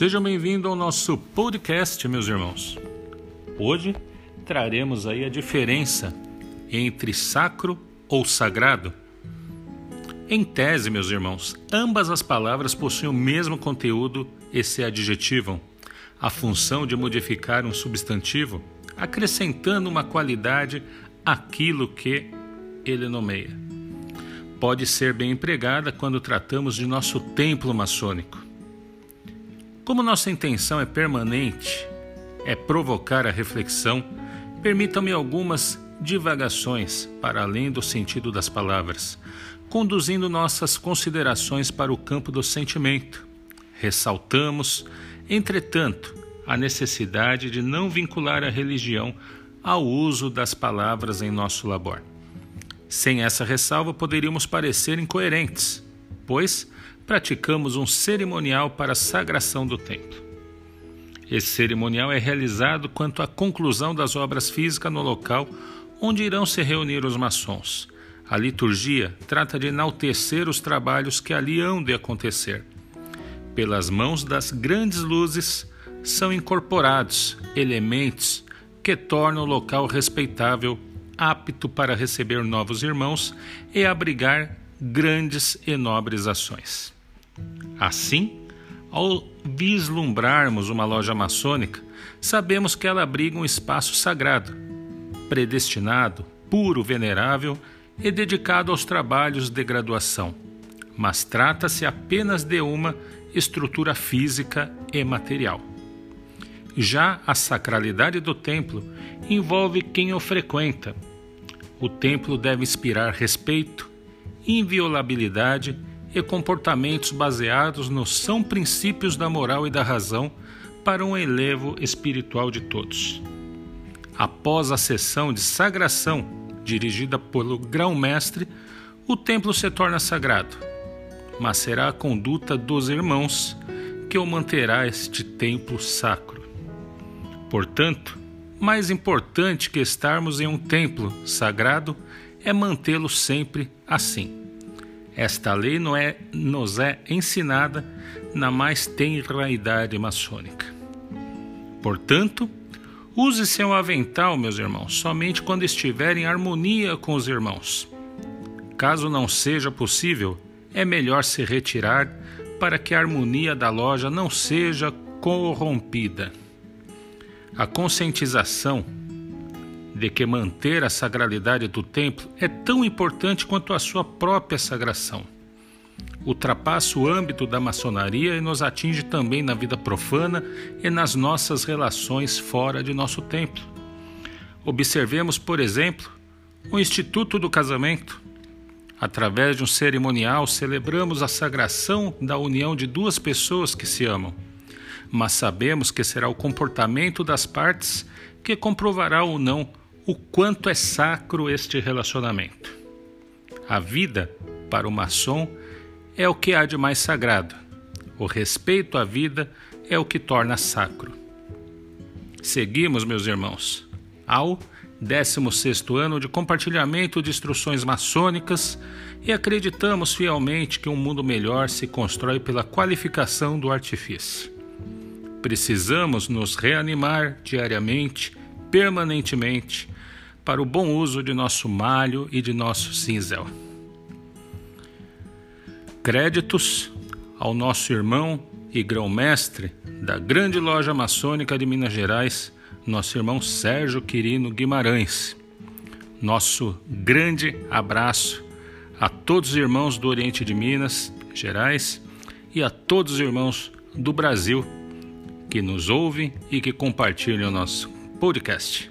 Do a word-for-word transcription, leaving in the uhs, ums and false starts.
Sejam bem-vindos ao nosso podcast, meus irmãos. Hoje traremos aí a diferença entre sacro ou sagrado. Em tese, meus irmãos, ambas as palavras possuem o mesmo conteúdo e se adjetivam, a função de modificar um substantivo, acrescentando uma qualidade àquilo que ele nomeia. Pode ser bem empregada quando tratamos de nosso templo maçônico. Como nossa intenção é permanente, é provocar a reflexão, permitam-me algumas divagações para além do sentido das palavras, conduzindo nossas considerações para o campo do sentimento. Ressaltamos, entretanto, a necessidade de não vincular a religião ao uso das palavras em nosso labor. Sem essa ressalva, poderíamos parecer incoerentes, pois praticamos um cerimonial para a sagração do templo. Esse cerimonial é realizado quanto à conclusão das obras físicas no local onde irão se reunir os maçons. A liturgia trata de enaltecer os trabalhos que ali hão de acontecer. Pelas mãos das grandes luzes são incorporados elementos que tornam o local respeitável, apto para receber novos irmãos e abrigar grandes e nobres ações. Assim, ao vislumbrarmos uma loja maçônica, sabemos que ela abriga um espaço sagrado, predestinado, puro, venerável e dedicado aos trabalhos de graduação, mas trata-se apenas de uma estrutura física e material. Já a sacralidade do templo envolve quem o frequenta. O templo deve inspirar respeito, inviolabilidade e comportamentos baseados nos são princípios da moral e da razão para um elevo espiritual de todos. Após a sessão de sagração, dirigida pelo grão-mestre, o templo se torna sagrado, mas será a conduta dos irmãos que o manterá este templo sacro. Portanto, mais importante que estarmos em um templo sagrado é mantê-lo sempre assim. Esta lei não é, nos é ensinada na mais tenra idade maçônica. Portanto, use seu avental, meus irmãos, somente quando estiver em harmonia com os irmãos. Caso não seja possível, é melhor se retirar para que a harmonia da loja não seja corrompida. A conscientização de que manter a sagralidade do templo é tão importante quanto a sua própria sagração. Ultrapassa o âmbito da maçonaria e nos atinge também na vida profana e nas nossas relações fora de nosso templo. Observemos, por exemplo, o Instituto do Casamento. Através de um cerimonial, celebramos a sagração da união de duas pessoas que se amam, mas sabemos que será o comportamento das partes que comprovará ou não o quanto é sacro este relacionamento. A vida, para o maçom, é o que há de mais sagrado. O respeito à vida é o que torna sacro. Seguimos, meus irmãos, ao décimo sexto ano de compartilhamento de instruções maçônicas e acreditamos fielmente que um mundo melhor se constrói pela qualificação do artifício. Precisamos nos reanimar diariamente, permanentemente, para o bom uso de nosso malho e de nosso cinzel. Créditos ao nosso irmão e grão-mestre da grande loja maçônica de Minas Gerais, nosso irmão Sérgio Quirino Guimarães. Nosso grande abraço a todos os irmãos do Oriente de Minas Gerais e a todos os irmãos do Brasil que nos ouvem e que compartilham o nosso podcast.